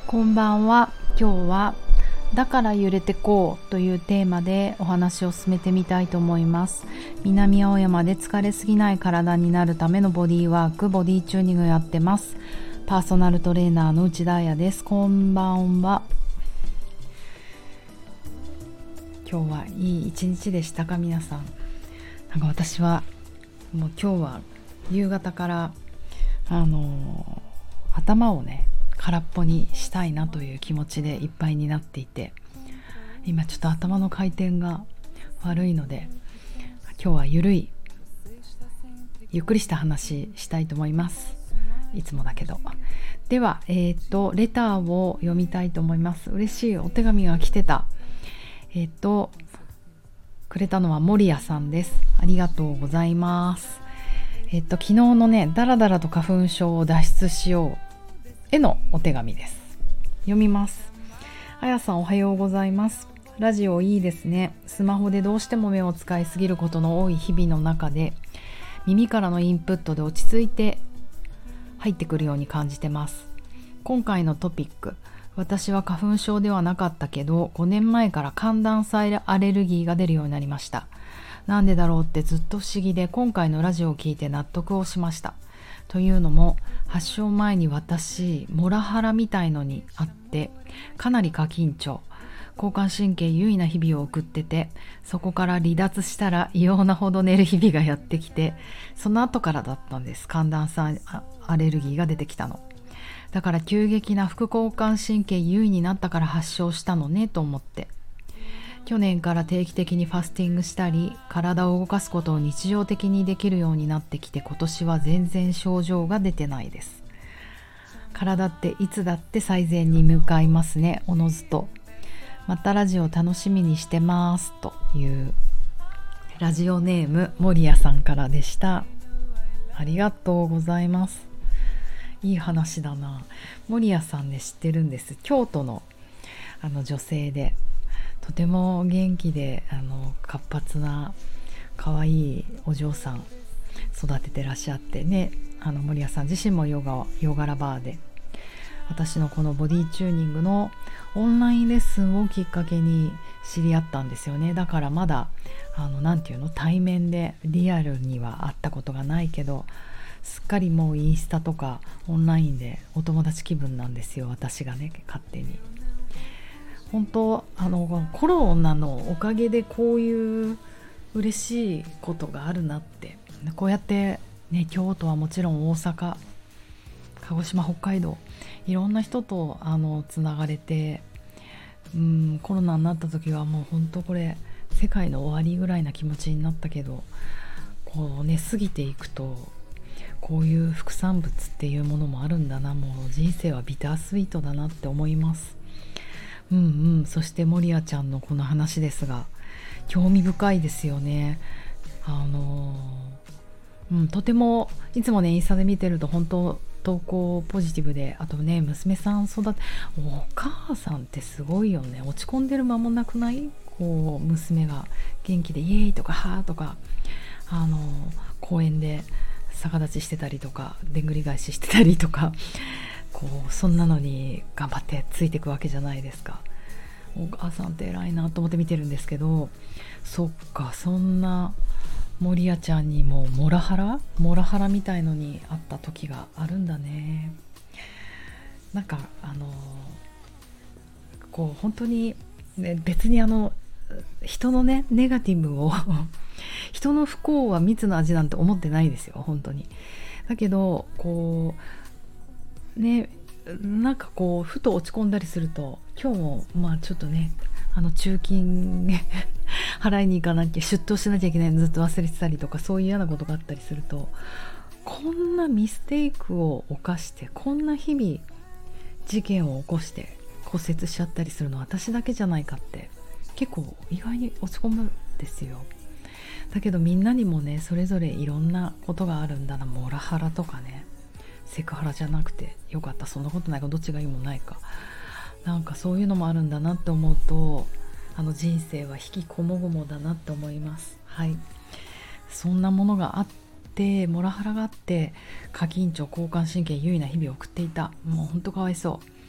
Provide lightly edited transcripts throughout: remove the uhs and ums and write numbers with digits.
こんばんは。今日はだから揺れてこうというテーマでお話を進めてみたいと思います。南青山で疲れすぎない体になるためのボディワーク、ボディチューニングをやってます。パーソナルトレーナーの内田彩です。こんばんは。今日はいい一日でしたか皆さん。なんか私はもう今日は夕方から頭をね空っぽにしたいなという気持ちでいっぱいになっていて、今ちょっと頭の回転が悪いので今日はゆっくりした話したいと思います。いつもだけど。ではレターを読みたいと思います。嬉しいお手紙が来てた。くれたのは森谷さんです。ありがとうございます。昨日のねだらだらと花粉症を脱出しようへのお手紙です。読みます。あやさん、おはようございます。ラジオいいですね。スマホでどうしても目を使いすぎることの多い日々の中で、耳からのインプットで落ち着いて入ってくるように感じてます。今回のトピック、私は花粉症ではなかったけど5年前から寒暖差アレルギーが出るようになりました。なんでだろうってずっと不思議で、今回のラジオを聞いて納得をしました。というのも、発症前に私モラハラみたいのにあって、かなり過緊張、交感神経優位な日々を送ってて、そこから離脱したら異様なほど寝る日々がやってきて、その後からだったんです。寒暖差アレルギーが出てきたのだから、急激な副交感神経優位になったから発症したのねと思って、去年から定期的にファスティングしたり体を動かすことを日常的にできるようになってきて、今年は全然症状が出てないです。体っていつだって最善に向かいますね、おのずと。またラジオ楽しみにしてますというラジオネーム森谷さんからでした。ありがとうございます。いい話だな。森谷さんね、知ってるんです。京都の女性で、とても元気で活発な可愛いお嬢さん育ててらっしゃってね、森谷さん自身もヨガラバーで、私のこのボディチューニングのオンラインレッスンをきっかけに知り合ったんですよね。だからまだなんていうの、対面でリアルには会ったことがないけど、すっかりもうインスタとかオンラインでお友達気分なんですよ、私がね、勝手に。本当コロナのおかげでこういう嬉しいことがあるなって、こうやってね、京都はもちろん大阪、鹿児島、北海道、いろんな人とつながれて、コロナになった時はもう本当これ世界の終わりぐらいな気持ちになったけど、こうね過ぎていくとこういう副産物っていうものもあるんだな、もう人生はビタースイートだなって思います。そして守谷ちゃんのこの話ですが、興味深いですよね。とてもいつもねインスタで見てると本当投稿ポジティブで、あとね娘さん育て、お母さんってすごいよね。落ち込んでる間もなくない？こう娘が元気でイエーイとかハーとか公園で逆立ちしてたりとか、でんぐり返ししてたりとか、こうそんなのに頑張ってついていくわけじゃないですか。お母さんって偉いなと思って見てるんですけど、そっか、そんな守谷ちゃんにもモラハラみたいのにあった時があるんだね。なんかこう本当に、ね、別に人のねネガティブを人の不幸は蜜の味なんて思ってないですよ、本当に。だけどこうね、なんかこうふと落ち込んだりすると、今日もまあちょっとね中金払いに行かなきゃ、出頭しなきゃいけないのずっと忘れてたりとか、そういう嫌なことがあったりすると、こんなミステイクを犯して、こんな日々事件を起こして骨折しちゃったりするのは私だけじゃないかって結構意外に落ち込むんですよ。だけどみんなにもねそれぞれいろんなことがあるんだな。モラハラとかね、セクハラじゃなくてよかった、そんなことないか、どっちがいいもないか、なんかそういうのもあるんだなって思うと、人生は引きこもごもだなって思います。はい、そんなものがあって、モラハラがあって過緊張、交感神経優位な日々を送っていた。もうほんとかわいそう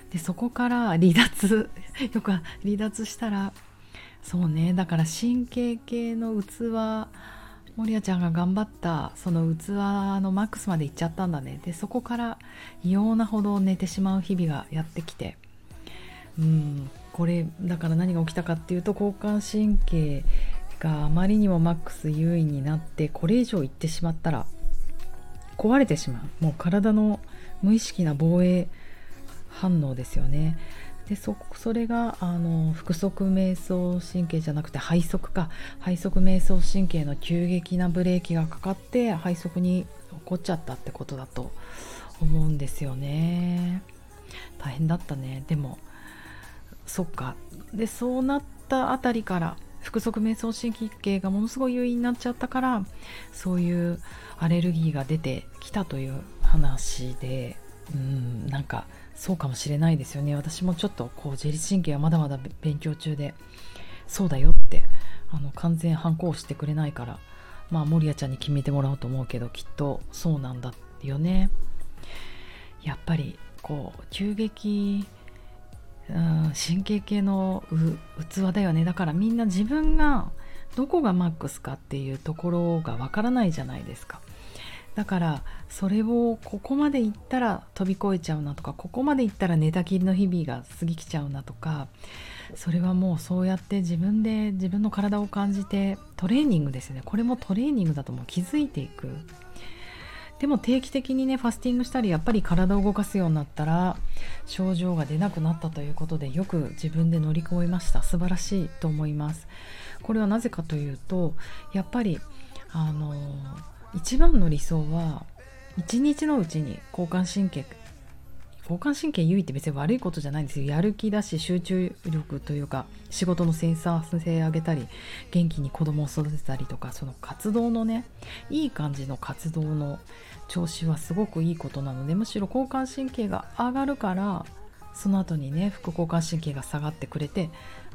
でそこから離脱よく離脱したら、そうね、だから神経系の器、守屋ちゃんが頑張ったその器のマックスまで行っちゃったんだね。でそこから異様なほど寝てしまう日々がやってきて、これだから何が起きたかっていうと、交感神経があまりにもマックス優位になって、これ以上行ってしまったら壊れてしまう、もう体の無意識な防衛反応ですよね。で それが腹側瞑想神経じゃなくて背側瞑想神経の急激なブレーキがかかって背側に起こっちゃったってことだと思うんですよね。大変だったね。でもそっか。でそうなったあたりから腹側瞑想神経がものすごい優位になっちゃったから、そういうアレルギーが出てきたという話で、なんかそうかもしれないですよね。私もちょっと自律神経はまだまだ勉強中で、そうだよって完全反抗してくれないから、守屋ちゃんに決めてもらおうと思うけど、きっとそうなんだよね。やっぱり急激、神経系の器だよね。だからみんな自分がどこがマックスかっていうところがわからないじゃないですか。だからそれをここまで行ったら飛び越えちゃうなとか、ここまで行ったら寝たきりの日々が過ぎきちゃうなとか、それはもうそうやって自分で自分の体を感じて、トレーニングですね。これもトレーニングだともう気づいていく。でも定期的にねファスティングしたり、やっぱり体を動かすようになったら症状が出なくなったということで、よく自分で乗り越えました。素晴らしいと思います。これはなぜかというと、やっぱり一番の理想は一日のうちに交感神経優位って別に悪いことじゃないんですよ。やる気だし、集中力というか仕事の生産性上げたり、元気に子供を育てたりとか、その活動のね、いい感じの活動の調子はすごくいいことなので、むしろ交感神経が上がるから、その後にね副交感神経が上がってくれて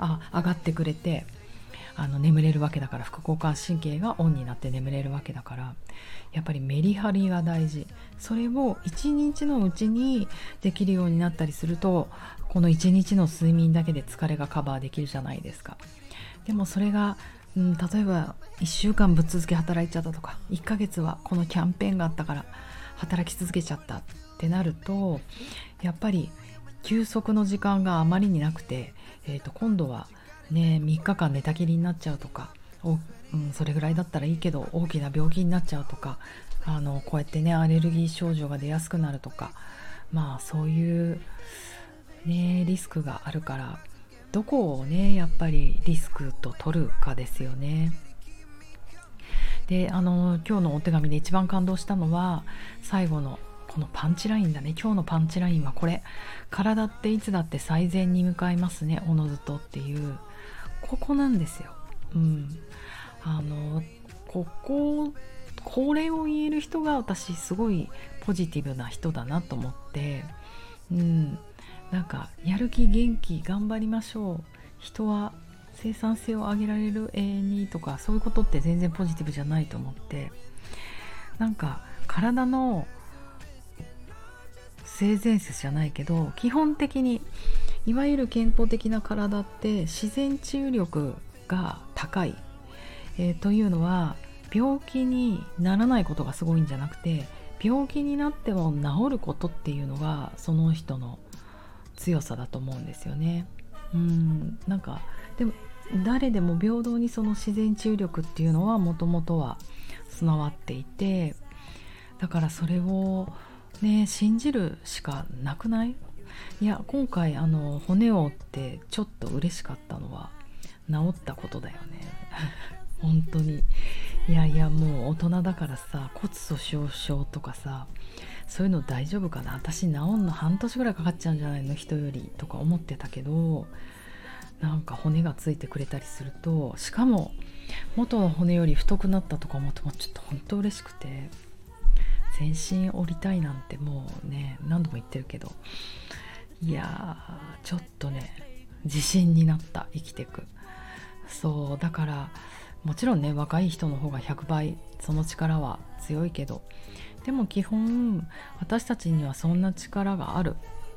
眠れるわけだから、副交感神経がオンになって眠れるわけだから、やっぱりメリハリが大事。それを一日のうちにできるようになったりすると、この一日の睡眠だけで疲れがカバーできるじゃないですか。でもそれが、例えば1週間ぶっ続け働いちゃったとか、1ヶ月はこのキャンペーンがあったから働き続けちゃったってなると、やっぱり休息の時間があまりになくて、今度はね、3日間寝たきりになっちゃうとか、それぐらいだったらいいけど大きな病気になっちゃうとか、こうやってねアレルギー症状が出やすくなるとか、そういう、リスクがあるから、どこをねやっぱりリスクと取るかですよね。で今日のお手紙で一番感動したのは最後のこのパンチラインだね。今日のパンチラインはこれ、体っていつだって最善に向かいますね、おのずとっていう、ここなんですよ。これを言える人が私すごいポジティブな人だなと思って、なんかやる気元気頑張りましょう、人は生産性を上げられる永遠にとか、そういうことって全然ポジティブじゃないと思って、なんか体の性善説じゃないけど、基本的にいわゆる健康的な体って自然治癒力が高い、というのは病気にならないことがすごいんじゃなくて、病気になっても治ることっていうのがその人の強さだと思うんですよね。なんかでも誰でも平等にその自然治癒力っていうのはもともとは備わっていて、だからそれをね信じるしかなくない？いや今回骨を折ってちょっと嬉しかったのは治ったことだよね本当に。いやもう大人だからさ、骨粗しょう症とかさ、そういうの大丈夫かな、私治んの半年ぐらいかかっちゃうんじゃないの人よりとか思ってたけど、なんか骨がついてくれたりすると、しかも元の骨より太くなったとか思うと、もうちょっと本当嬉しくて、全身折りたいなんてもうね何度も言ってるけど、いやちょっとね自信になった、生きてく。そうだからもちろんね若い人の方が100倍その力は強いけど、でも基本私たちにはそんな力がある。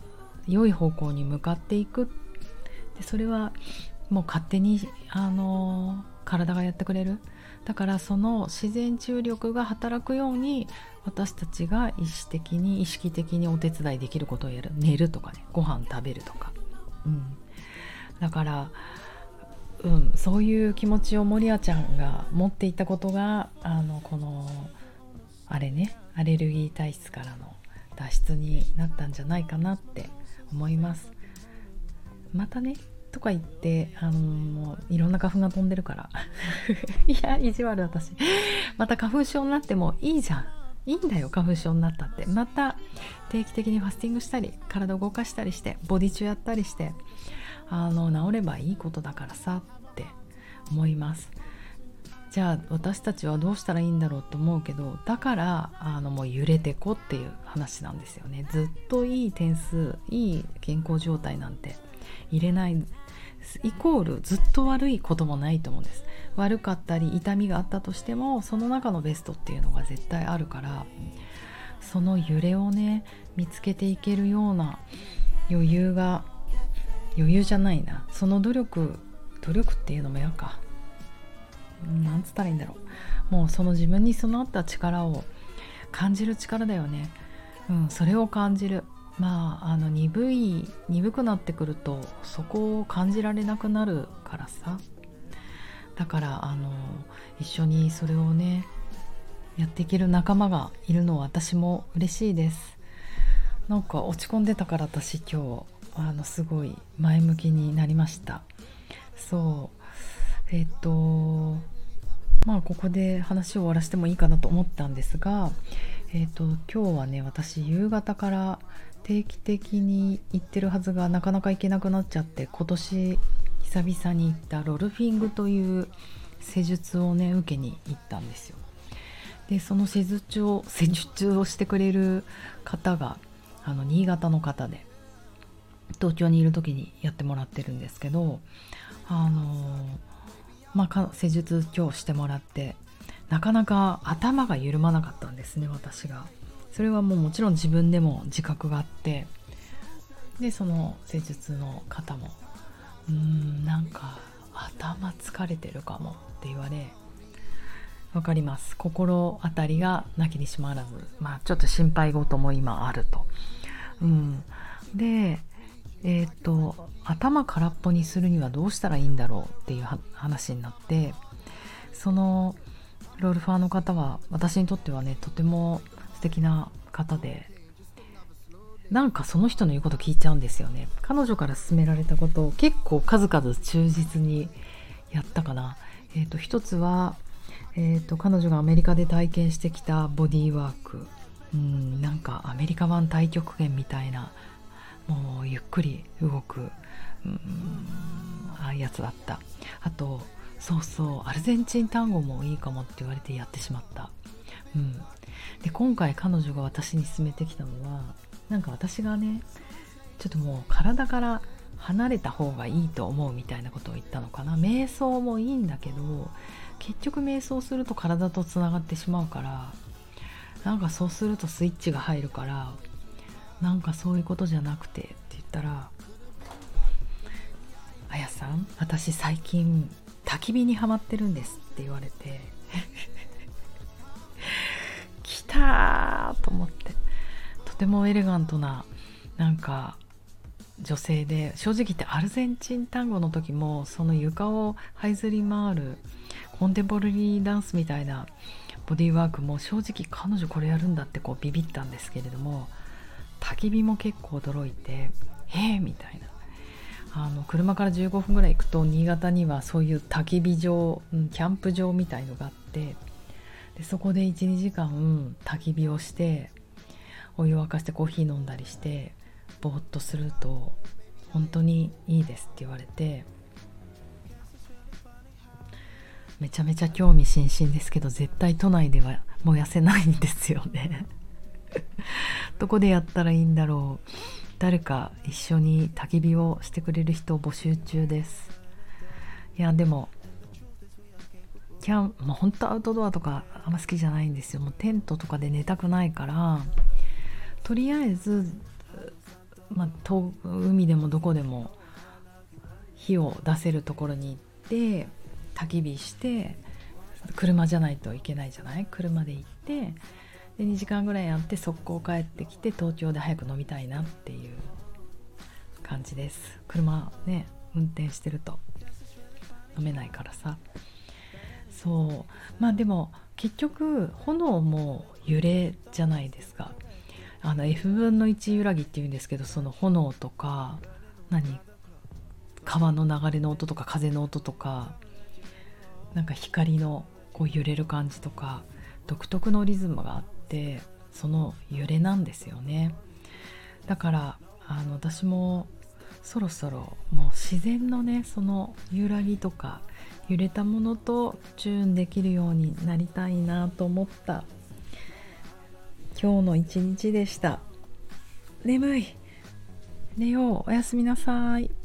良い方向に向かっていく。でそれはもう勝手に体がやってくれる。だからその自然治癒力が働くように私たちが意識的にお手伝いできることをやる。寝るとかね、ご飯食べるとか、だからそういう気持ちを守屋ちゃんが持っていたことがこのアレルギー体質からの脱出になったんじゃないかなって思います。またねとか言ってもういろんな花粉が飛んでるからいや意地悪私また花粉症になってもいいじゃん、いいんだよ花粉症になったって。また定期的にファスティングしたり体を動かしたりしてボディチューやったりして治ればいいことだからさって思います。じゃあ私たちはどうしたらいいんだろうと思うけど、だからもう揺れてこっていう話なんですよね。ずっといい点数いい健康状態なんて入れないイコールずっと悪いこともないと思うんです。悪かったり痛みがあったとしてもその中のベストっていうのが絶対あるから、その揺れをね見つけていけるような余裕じゃないな、その努力っていうのもやか、なんつったらいいんだろう、もうその自分に備わった力を感じる力だよね。それを感じる。鈍くなってくるとそこを感じられなくなるからさ。だから一緒にそれをねやっていける仲間がいるのは私も嬉しいです。なんか落ち込んでたから私今日すごい前向きになりました。ここで話を終わらせてもいいかなと思ったんですが、今日はね私夕方から定期的に行ってるはずがなかなか行けなくなっちゃって、今年久々に行ったロルフィングという施術をね受けに行ったんですよ。でその施術をしてくれる方が新潟の方で東京にいる時にやってもらってるんですけど、施術今日してもらってなかなか頭が緩まなかったんですね、私が。それはもちろん自分でも自覚があって、でその施術の方もなんか頭疲れてるかもって言われ、わかります、心当たりがなきにしもあらず、ちょっと心配事も今あると。で頭空っぽにするにはどうしたらいいんだろうっていう話になって、そのロルファーの方は私にとってはねとても素敵な方で、なんかその人の言うこと聞いちゃうんですよね。彼女から勧められたことを結構数々忠実にやったかな。一つは、彼女がアメリカで体験してきたボディーワーク、なんかアメリカ版太極拳みたいな、もうゆっくり動くああいうやつだった。あとアルゼンチン単語もいいかもって言われてやってしまった。で今回彼女が私に勧めてきたのは、なんか私がねちょっともう体から離れた方がいいと思うみたいなことを言ったのかな。瞑想もいいんだけど結局瞑想すると体とつながってしまうから、なんかそうするとスイッチが入るから、なんかそういうことじゃなくてって言ったら、あやさん私最近焚き火にハマってるんですって言われて来たーと思って、とてもエレガントななんか女性で、正直言ってアルゼンチン単語の時もその床を這いずり回るコンテンポラリーダンスみたいなボディーワークも正直彼女これやるんだってビビったんですけれども、焚き火も結構驚いてみたいな。車から15分ぐらい行くと新潟にはそういう焚き火場、キャンプ場みたいのがあって、でそこで 1,2 時間焚き火をしてお湯を沸かしてコーヒー飲んだりしてぼーっとすると本当にいいですって言われて、めちゃめちゃ興味津々ですけど絶対都内では燃やせないんですよねどこでやったらいいんだろう。誰か一緒に焚き火をしてくれる人を募集中です。いやでももう本当アウトドアとかあんま好きじゃないんですよ。もうテントとかで寝たくないから、とりあえず海でもどこでも火を出せるところに行って焚き火して、車じゃないといけないじゃない。車で行ってで2時間ぐらいやって速攻帰ってきて、東京で早く飲みたいなっていう感じです。車ね運転してると飲めないからさ。そうでも結局炎も揺れじゃないですか。F 分の1揺らぎっていうんですけど、その炎とか川の流れの音とか風の音とか、なんか光のこう揺れる感じとか独特のリズムがあって、その揺れなんですよね。だから私もそろそろもう自然のね、その揺らぎとか揺れたものとチューンできるようになりたいなと思った今日の一日でした。眠い。寝よう。おやすみなさい。